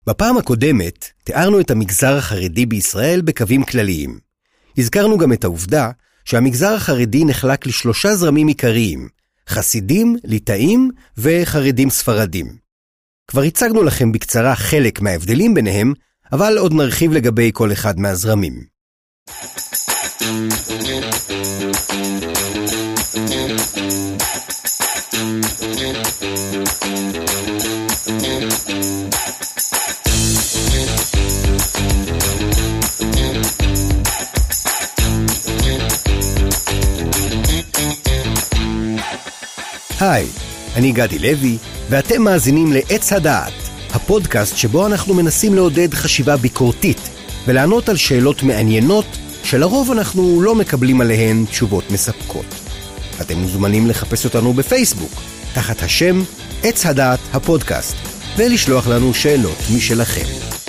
בפעם הקודמת תיארנו את המגזר החרדי בישראל בקווים כלליים. הזכרנו גם את העובדה שהמגזר החרדי נחלק לשלושה זרמים עיקריים, חסידים, ליטאים וחרדים ספרדים. כבר הצגנו לכם בקצרה חלק מההבדלים ביניהם, אבל עוד נרחיב לגבי כל אחד מהזרמים. היי, אני גדי לוי, ואתם מאזינים לעץ הדעת, הפודקאסט שבו אנחנו מנסים לעודד חשיבה ביקורתית, ולענות על שאלות מעניינות, שלרוב אנחנו לא מקבלים עליהן תשובות מספקות. אתם מוזמנים לחפש אותנו בפייסבוק, תחת השם עץ הדעת הפודקאסט, ולשלוח לנו שאלות משלכם.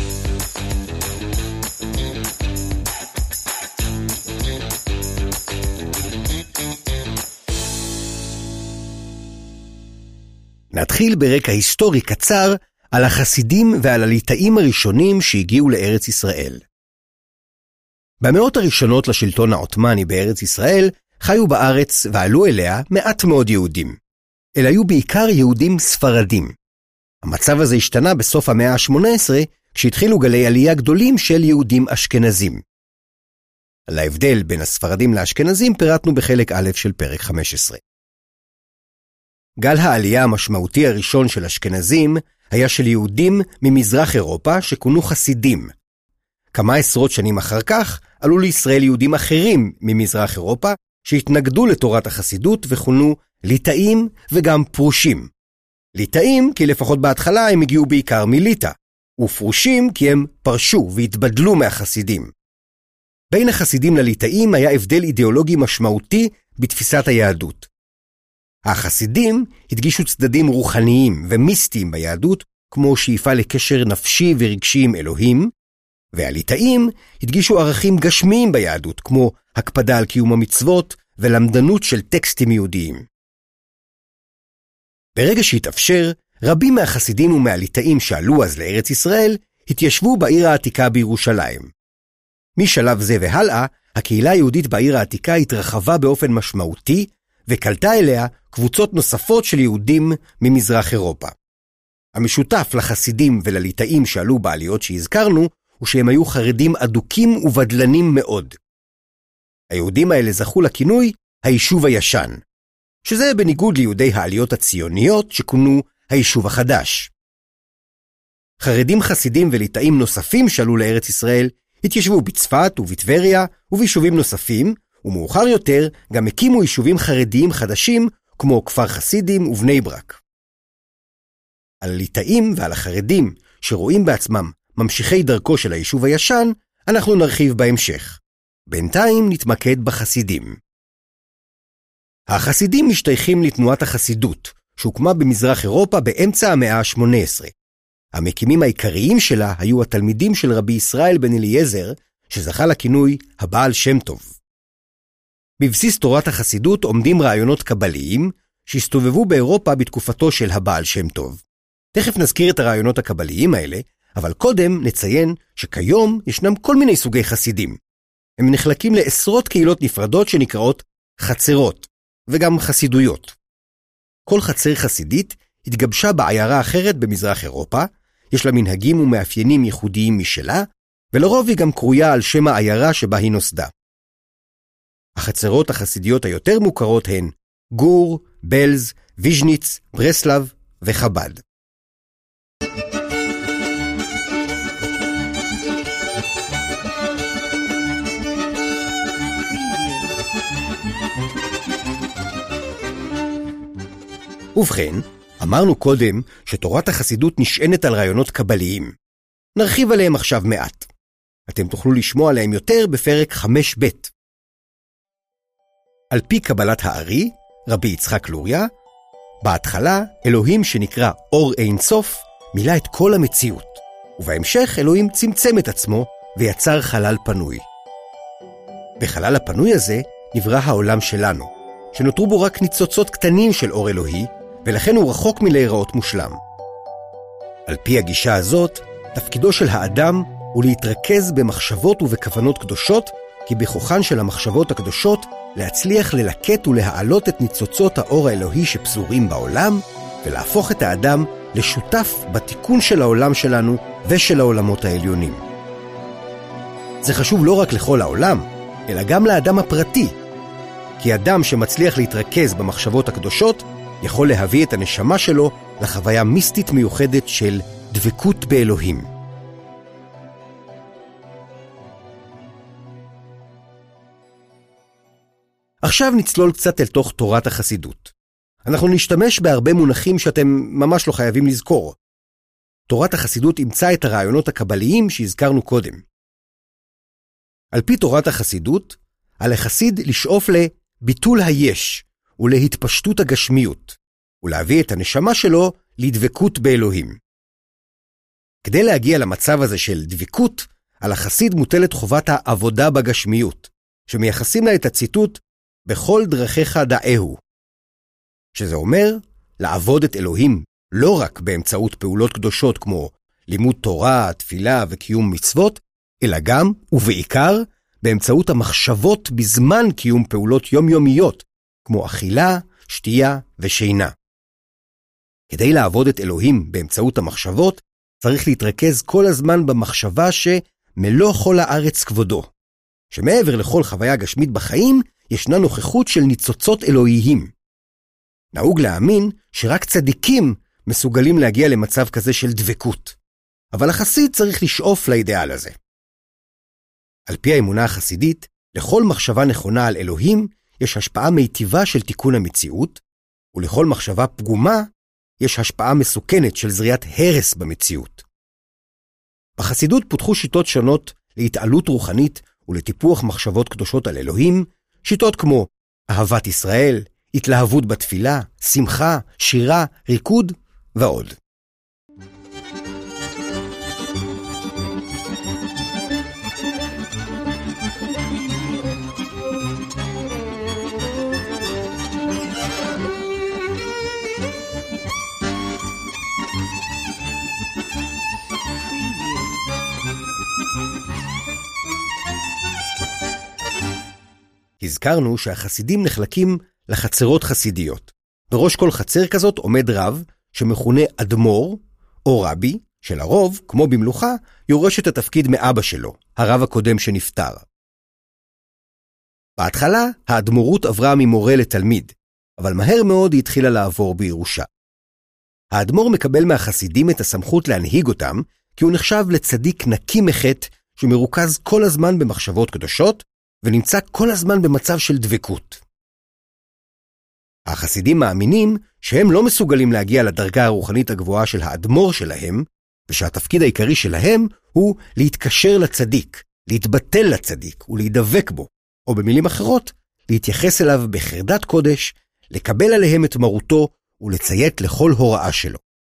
נתחיל ברקע היסטורי קצר על החסידים ועל הליטאים הראשונים שהגיעו לארץ ישראל. במאות הראשונות לשלטון העות'מאני בארץ ישראל חיו בארץ ועלו אליה מעט מאוד יהודים. אלה היו בעיקר יהודים ספרדים. המצב הזה השתנה בסוף המאה ה-18 כשהתחילו גלי עלייה גדולים של יהודים אשכנזים. על ההבדל בין הספרדים לאשכנזים פירטנו בחלק א' של פרק 15. גל העלייה המשמעותי הראשון של אשכנזים היה של יהודים ממזרח אירופה שכונו חסידים. כמה עשרות שנים אחר כך עלו לישראל יהודים אחרים ממזרח אירופה שהתנגדו לתורת החסידות וכונו ליטאים וגם פרושים. ליטאים כי לפחות בהתחלה הם הגיעו בעיקר מליטא, ופרושים כי הם פרשו והתבדלו מהחסידים. בין החסידים לליטאים היה הבדל אידיאולוגי משמעותי בתפיסת היהדות. החסידים הדגישו צדדים רוחניים ומיסטיים ביהדות, כמו שאיפה לקשר נפשי ורגשי עם אלוהים, והליטאים הדגישו ערכים גשמיים ביהדות, כמו הקפדה על קיום המצוות ולמדנות של טקסטים יהודיים. ברגע שהתאפשר, רבים מהחסידים ומהליטאים שעלו אז לארץ ישראל, התיישבו בעיר העתיקה בירושלים. משלב זה והלאה, הקהילה היהודית בעיר העתיקה התרחבה באופן משמעותי, וקלטה אליה קבוצות נוספות של יהודים ממזרח אירופה. המשותף לחסידים ולליטאים שעלו בעליות שהזכרנו, הוא שהם היו חרדים אדוקים ובדלנים מאוד. היהודים האלה זכו לכינוי היישוב הישן, שזה בניגוד ליהודי העליות הציוניות שכונו היישוב החדש. חרדים חסידים וליטאים נוספים שעלו לארץ ישראל התיישבו בצפת ובטבריה וביישובים נוספים, ומאוחר יותר גם הקימו יישובים חרדיים חדשים כמו כפר חסידים ובני ברק. על הליטאים ועל החרדים שרואים בעצמם ממשיכי דרכו של היישוב הישן, אנחנו נרחיב בהמשך. בינתיים נתמקד בחסידים. החסידים משתייכים לתנועת החסידות, שהוקמה במזרח אירופה באמצע המאה ה-18. המקימים העיקריים שלה היו התלמידים של רבי ישראל בן אליעזר, שזכה לכינוי הבעל שם טוב. בבסיס תורת החסידות עומדים רעיונות קבליים שהסתובבו באירופה בתקופתו של הבעל שם טוב. תכף נזכיר את הרעיונות הקבליים האלה, אבל קודם נציין שכיום ישנם כל מיני סוגי חסידים. הם נחלקים לעשרות קהילות נפרדות שנקראות חצרות, וגם חסידויות. כל חצר חסידית התגבשה בעיירה אחרת במזרח אירופה, יש לה מנהגים ומאפיינים ייחודיים משלה, ולרוב היא גם קרויה על שם העיירה שבה היא נוסדה. החצרות החסידיות היותר מוכרות הן גור, בלז, ויז'ניץ, ברסלב וחב"ד. ובכן, אמרנו קודם שתורת החסידות נשענת על רעיונות קבליים. נרחיב עליהם עכשיו מעט. אתם תוכלו לשמוע עליהם יותר בפרק 5ב. על פי קבלת הארי, רבי יצחק לוריה, בהתחלה אלוהים שנקרא אור אין סוף מילא את כל המציאות, ובהמשך אלוהים צמצם את עצמו ויצר חלל פנוי. בחלל הפנוי הזה נברא העולם שלנו, שנותרו בו רק ניצוצות קטנים של אור אלוהי, ולכן הוא רחוק מלהיראות מושלם. על פי הגישה הזאת, תפקידו של האדם הוא להתרכז במחשבות ובכוונות קדושות, כי בכוחן של המחשבות הקדושות להצליח ללקט ולהעלות את ניצוצות האור האלוהי שפזורים בעולם, ולהפוך את האדם לשותף בתיקון של העולם שלנו ושל העולמות העליונים. זה חשוב לא רק לכל העולם, אלא גם לאדם הפרטי, כי אדם שמצליח להתרכז במחשבות הקדושות יכול להביא את הנשמה שלו לחוויה מיסטית מיוחדת של דבקות באלוהים. עכשיו נצלול קצת אל תוך תורת החסידות. אנחנו נשתמש בהרבה מונחים שאתם ממש לא חייבים לזכור. תורת החסידות אימצה את הרעיונות הקבליים שהזכרנו קודם. על פי תורת החסידות, על החסיד לשאוף לביטול היש ולהתפשטות הגשמיות, ולהביא את הנשמה שלו לדבקות באלוהים. כדי להגיע למצב הזה של דבקות, על החסיד מוטלת חובת העבודה בגשמיות, שמייחסים לה את הציטוט בכל דרכיך דעהו. שזה אומר לעבוד את אלוהים לא רק באמצעות פעולות קדושות כמו לימוד תורה, תפילה וקיום מצוות, אלא גם ובעיקר באמצעות המחשבות בזמן קיום פעולות יומיומיות, כמו אכילה, שתייה ושינה. כדי לעבוד את אלוהים באמצעות המחשבות, צריך להתרכז כל הזמן במחשבה שמלוא כל הארץ כבודו, שמעבר לכל חוויה גשמית בחיים, ישנה נוכחות של ניצוצות אלוהיים. נהוג להאמין שרק צדיקים מסוגלים להגיע למצב כזה של דבקות, אבל החסיד צריך לשאוף לאידאל הזה. על פי האמונה החסידית, לכל מחשבה נכונה על אלוהים יש השפעה מיטיבה של תיקון המציאות, ולכל מחשבה פגומה יש השפעה מסוכנת של זריעת הרס במציאות. בחסידות פותחו שיטות שונות להתעלות רוחנית ולטיפוח מחשבות קדושות על אלוהים, שיטות כמו אהבת ישראל, התלהבות בתפילה, שמחה, שירה, ריקוד ועוד. הזכרנו שהחסידים נחלקים לחצרות חסידיות. בראש כל חצר כזאת עומד רב שמכונה אדמו"ר או רבי, שלרוב, כמו במלוכה, יורש את התפקיד מאבא שלו, הרב הקודם שנפטר. בהתחלה האדמו"רות עברה ממורה לתלמיד, אבל מהר מאוד היא התחילה לעבור בירושה. האדמו"ר מקבל מהחסידים את הסמכות להנהיג אותם, כי הוא נחשב לצדיק נקי מחטא שמרוכז כל הזמן במחשבות קדושות, ונמצא כל הזמן במצב של דבקות. החסידים מאמינים שהם לא מסוגלים להגיע לדרגה הרוחנית הגבוהה של האדמו"ר שלהם, ושהתפקיד העיקרי שלהם הוא להתקשר לצדיק, להתבטל לצדיק ולהידבק בו, או במילים אחרות, להתייחס אליו בחרדת קודש, לקבל עליהם את מרותו ולציית לכל הוראה שלו.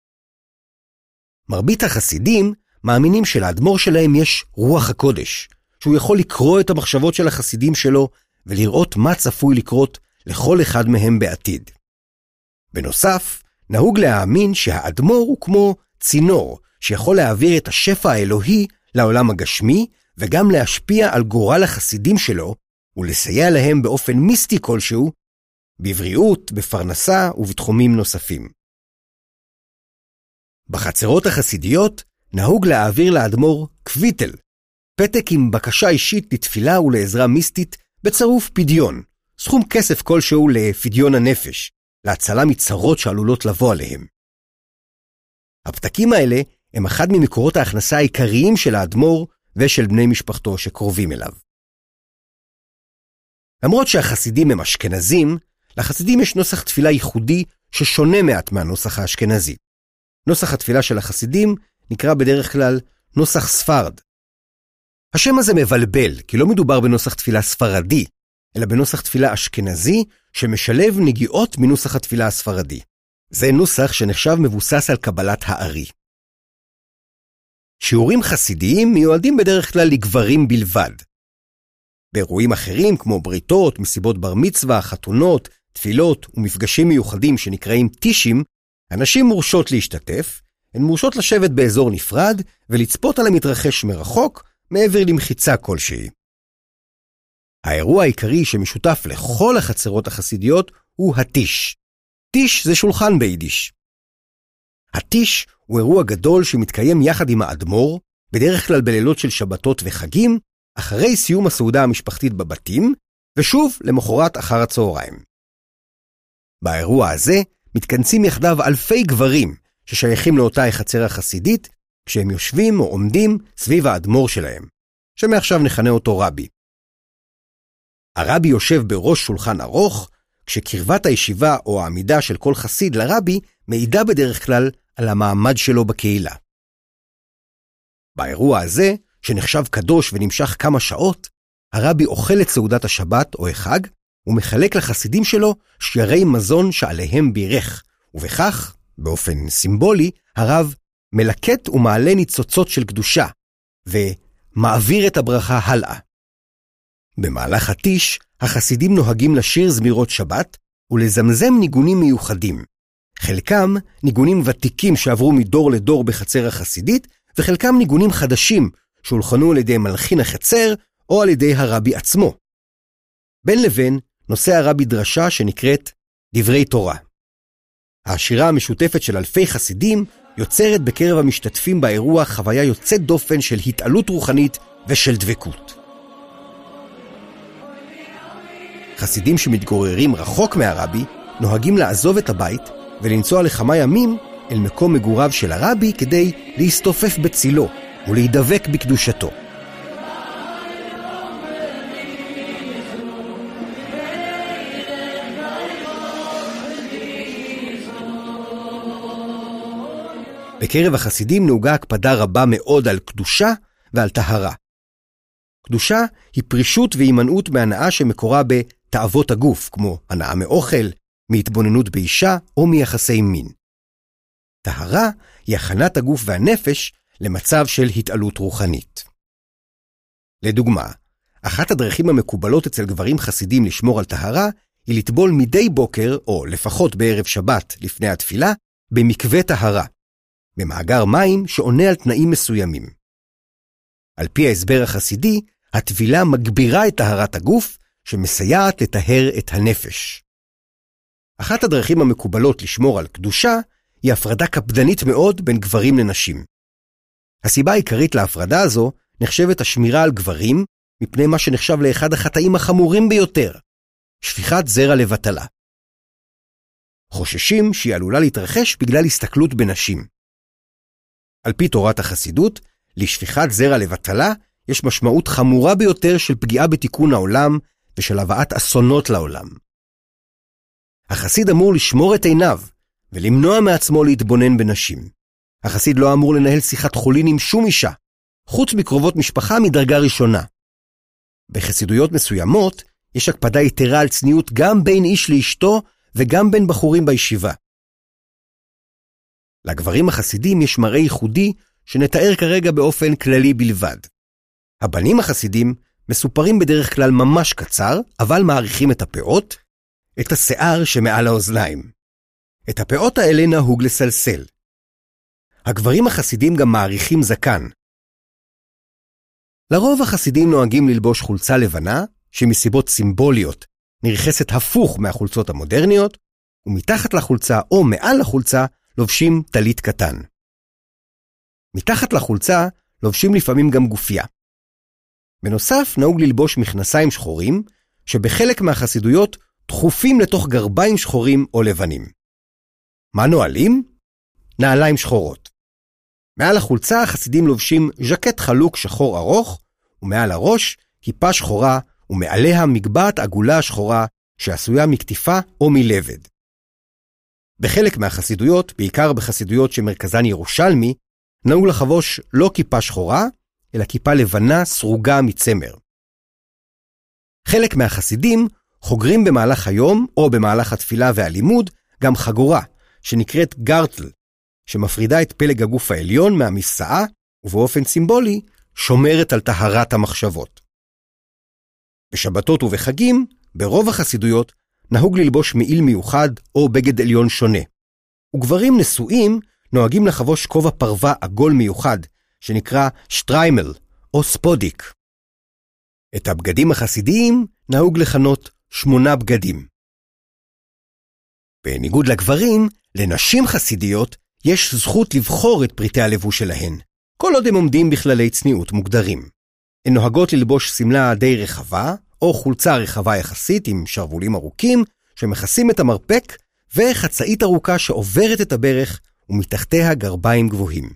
מרבית החסידים מאמינים שלאדמו"ר שלהם יש רוח הקודש, שהוא יכול לקרוא את המחשבות של החסידים שלו ולראות מה צפוי לקרות לכל אחד מהם בעתיד. בנוסף, נהוג להאמין שהאדמו"ר הוא כמו צינור שיכול להעביר את השפע האלוהי לעולם הגשמי וגם להשפיע על גורל החסידים שלו ולסייע להם באופן מיסטי כלשהו, בבריאות, בפרנסה ובתחומים נוספים. בחצרות החסידיות נהוג להעביר לאדמו"ר קוויטל, פתק עם בקשה אישית לתפילה ולעזרה מיסטית בצירוף פדיון, סכום כסף כלשהו לפדיון הנפש, להצלה מצרות שעלולות לבוא עליהם. הפתקים האלה הם אחד ממקורות ההכנסה העיקריים של האדמו"ר ושל בני משפחתו שקרובים אליו. למרות שהחסידים הם אשכנזים, לחסידים יש נוסח תפילה ייחודי ששונה מעט מהנוסח האשכנזי. נוסח התפילה של החסידים נקרא בדרך כלל נוסח ספרד. השם הזה מבלבל, כי לא מדובר בנוסח תפילה ספרדי, אלא בנוסח תפילה אשכנזי שמשלב נגיעות מנוסח התפילה הספרדי. זה נוסח שנחשב מבוסס על קבלת הארי. שיעורים חסידיים מיועדים בדרך כלל לגברים בלבד. באירועים אחרים כמו בריתות, מסיבות בר מצווה, חתונות, תפילות ומפגשים מיוחדים שנקראים טישים, הנשים מורשות להשתתף, הן מורשות לשבת באזור נפרד ולצפות על המתרחש מרחוק מעבר למחיצה כלשהי. האירוע העיקרי שמשותף לכל החצרות החסידיות הוא הטיש. טיש זה שולחן ביידיש. הטיש הוא אירוע גדול שמתקיים יחד עם האדמו"ר, בדרך כלל בלילות של שבתות וחגים, אחרי סיום הסעודה המשפחתית בבתים, ושוב למחרת אחר הצהריים. באירוע הזה מתכנסים יחדיו אלפי גברים ששייכים לאותה החצר החסידית, כשהם יושבים או עומדים סביב האדמו"ר שלהם, שמעכשיו נכנה אותו רבי. הרבי יושב בראש שולחן ארוך, כשקרבת הישיבה או העמידה של כל חסיד לרבי מעידה בדרך כלל על המעמד שלו בקהילה. באירוע הזה, שנחשב קדוש ונמשך כמה שעות, הרבי אוכל את סעודת השבת או החג, ומחלק לחסידים שלו שיירי מזון שעליהם בירך, ובכך, באופן סימבולי, הרב מלקט ומעלה ניצוצות של קדושה, ומעביר את הברכה הלאה. במהלך הטיש, החסידים נוהגים לשיר זמירות שבת, ולזמזם ניגונים מיוחדים. חלקם ניגונים ותיקים שעברו מדור לדור בחצר החסידית, וחלקם ניגונים חדשים שהולחנו על ידי מלחין החצר או על ידי הרבי עצמו. בין לבין נושא הרבי דרשה שנקראת דברי תורה. השירה המשותפת של אלפי חסידים יוצרת בקרב המשתתפים באירוע חוויה יוצאת דופן של התעלות רוחנית ושל דבקות. חסידים שמתגוררים רחוק מהרבי נוהגים לעזוב את הבית ולנסוע לכמה ימים אל מקום מגוריו של הרבי כדי להסתופף בצילו ולהידבק בקדושתו. בקרב החסידים נהוגה הקפדה רבה מאוד על קדושה ועל טהרה. קדושה היא פרישות והימנעות מהנאה שמקורה בתאוות הגוף, כמו הנאה מאוכל, מהתבוננות באישה או מיחסי מין. טהרה היא הכנת הגוף והנפש למצב של התעלות רוחנית. לדוגמה, אחת הדרכים המקובלות אצל גברים חסידים לשמור על טהרה היא לטבול מדי בוקר, או לפחות בערב שבת לפני התפילה, במקווה טהרה, במאגר מים שעונה על תנאים מסוימים. על פי ההסבר החסידי, הטבילה מגבירה את טהרת הגוף, שמסייעת לטהר את הנפש. אחת הדרכים המקובלות לשמור על קדושה, היא הפרדה קפדנית מאוד בין גברים לנשים. הסיבה העיקרית להפרדה הזו נחשבת השמירה על גברים, מפני מה שנחשב לאחד החטאים החמורים ביותר, שפיכת זרע לבטלה. חוששים שהיא עלולה להתרחש בגלל הסתכלות בנשים. על פי תורת החסידות, לשפיכת זרע לבטלה יש משמעות חמורה ביותר של פגיעה בתיקון העולם ושל הבאת אסונות לעולם. החסיד אמור לשמור את עיניו ולמנוע מעצמו להתבונן בנשים. החסיד לא אמור לנהל שיחת חולין עם שום אישה, חוץ מקרובות משפחה מדרגה ראשונה. בחסידויות מסוימות יש הקפדה יתרה על צניעות גם בין איש לאשתו וגם בין בחורים בישיבה. לגברים החסידים יש מראה ייחודי שנתאר כרגע באופן כללי בלבד. הבנים החסידים מסופרים בדרך כלל ממש קצר, אבל מעריכים את הפאות, את השיער שמעל האוזניים. את הפאות האלה נהוג לסלסל. הגברים החסידים גם מעריכים זקן. לרוב החסידים נוהגים ללבוש חולצה לבנה, שמסיבות סימבוליות נרחסת הפוך מהחולצות המודרניות, ומתחת לחולצה או מעל לחולצה לובשים טלית קטן. מתחת לחולצה לובשים לפעמים גם גופייה. בנוסף נהוג ללבוש מכנסיים שחורים, שבחלק מהחסידויות דחופים לתוך גרביים שחורים או לבנים. מה נועלים? נעליים שחורות. מעל החולצה החסידים לובשים ז'קט חלוק שחור ארוך, ומעל הראש כיפה שחורה, ומעליה מגבעת עגולה שחורה שעשויה מכתיפה או מלבד. בחלק מהחסידויות, בעיקר בחסידויות שמרכזן ירושלמי, נהוג לחבוש לא כיפה שחורה, אלא כיפה לבנה סרוגה מצמר. חלק מהחסידים חוגרים במהלך היום או במהלך התפילה והלימוד גם חגורה, שנקראת גרטל, שמפרידה את פלג הגוף העליון מהמסעה, ובאופן סימבולי שומרת על טהרת המחשבות. בשבתות ובחגים, ברוב החסידויות, נהוג ללבוש מעיל מיוחד או בגד עליון שונה. וגברים נשואים נוהגים לחבוש כובע פרווה עגול מיוחד, שנקרא שטריימל או ספודיק. את הבגדים החסידיים נהוג לכנות 8 בגדים. בניגוד לגברים, לנשים חסידיות יש זכות לבחור את פריטי הלבוש שלהן, כל עוד הם עומדים בכללי צניעות מוגדרים. הן נוהגות ללבוש סמלה די רחבה, או חולצה רחבה יחסית עם שרבולים ארוכים, שמכסים את המרפק, וחצאית ארוכה שעוברת את הברך, ומתחתיה גרביים גבוהים.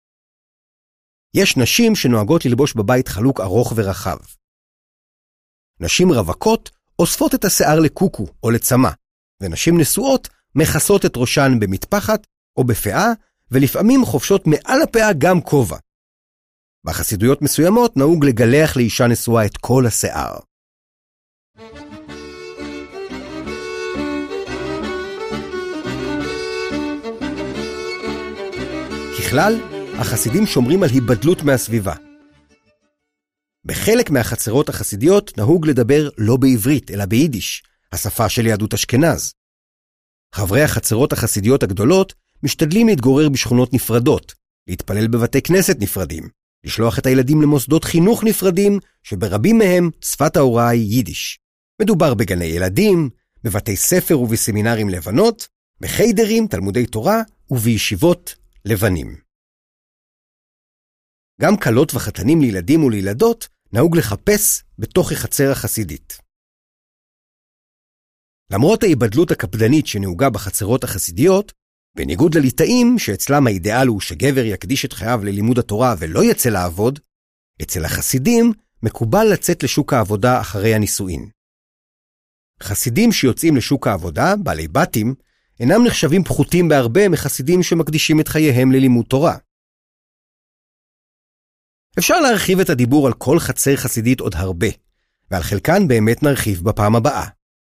יש נשים שנוהגות ללבוש בבית חלוק ארוך ורחב. נשים רווקות אוספות את השיער לקוקו או לצמא, ונשים נשואות מכסות את ראשן במטפחת או בפאה, ולפעמים חובשות מעל הפאה גם כובע. בחסידויות מסוימות נהוג לגלח לאישה נשואה את כל השיער. ככלל, החסידים שומרים על היבדלות מהסביבה. בחלק מהחצרות החסידיות נהוג לדבר לא בעברית, אלא ביידיש, השפה של יהדות אשכנז. חברי החצרות החסידיות הגדולות משתדלים להתגורר בשכונות נפרדות, להתפלל בבתי כנסת נפרדים, לשלוח את הילדים למוסדות חינוך נפרדים, שברבים מהם שפת ההוראה היא יידיש. מדובר בגני ילדים, בבתי ספר ובסמינרים לבנות, בחיידרים, תלמודי תורה ובישיבות לבנים. גם קלות וחתנים לילדים ולילדות נהוג לחפש בתוך החצר החסידית. למרות ההיבדלות הקפדנית שנהוגה בחצרות החסידיות, בניגוד לליטאים שאצלם האידאל הוא שגבר יקדיש את חייו ללימוד התורה ולא יצא לעבוד, אצל החסידים מקובל לצאת לשוק העבודה אחרי הנישואין. חסידים שיוצאים לשוק העבודה, בעלי בתים, אינם נחשבים פחותים בהרבה מחסידים שמקדישים את חייהם ללימוד תורה. אפשר להרחיב את הדיבור על כל חצר חסידית עוד הרבה, ועל חלקן באמת נרחיב בפעם הבאה.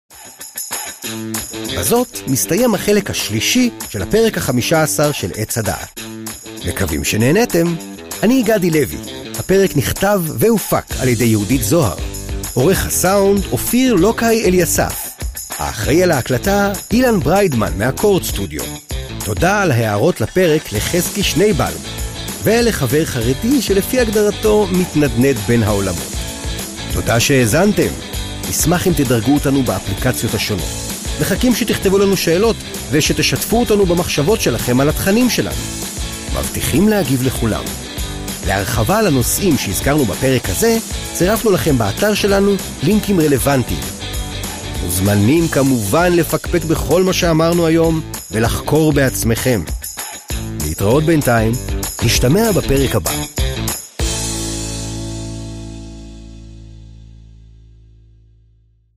בזאת מסתיים החלק השלישי של הפרק ה-15 של עץ הדעת. מקווים שנהנתם. אני גדי לוי. הפרק נכתב והופק על ידי יהודית זוהר. עורך הסאונד אופיר לוקאי אליסף. האחראי על ההקלטה אילן בריידמן מהקורד סטודיו. תודה על ההערות לפרק לחזקי שנייבל, ולחבר חרדי שלפי הגדרתו מתנדנד בין העולמות. תודה שהאזנתם. נשמח אם תדרגו אותנו באפליקציות השונות. מחכים שתכתבו לנו שאלות ושתשתפו אותנו במחשבות שלכם על התכנים שלנו. מבטיחים להגיב לכולם. להרחבה על הנושאים שהזכרנו בפרק הזה, צירפנו לכם באתר שלנו לינקים רלוונטיים. מוזמנים כמובן לפקפק בכל מה שאמרנו היום ולחקור בעצמכם. להתראות בינתיים, נשתמע בפרק הבא.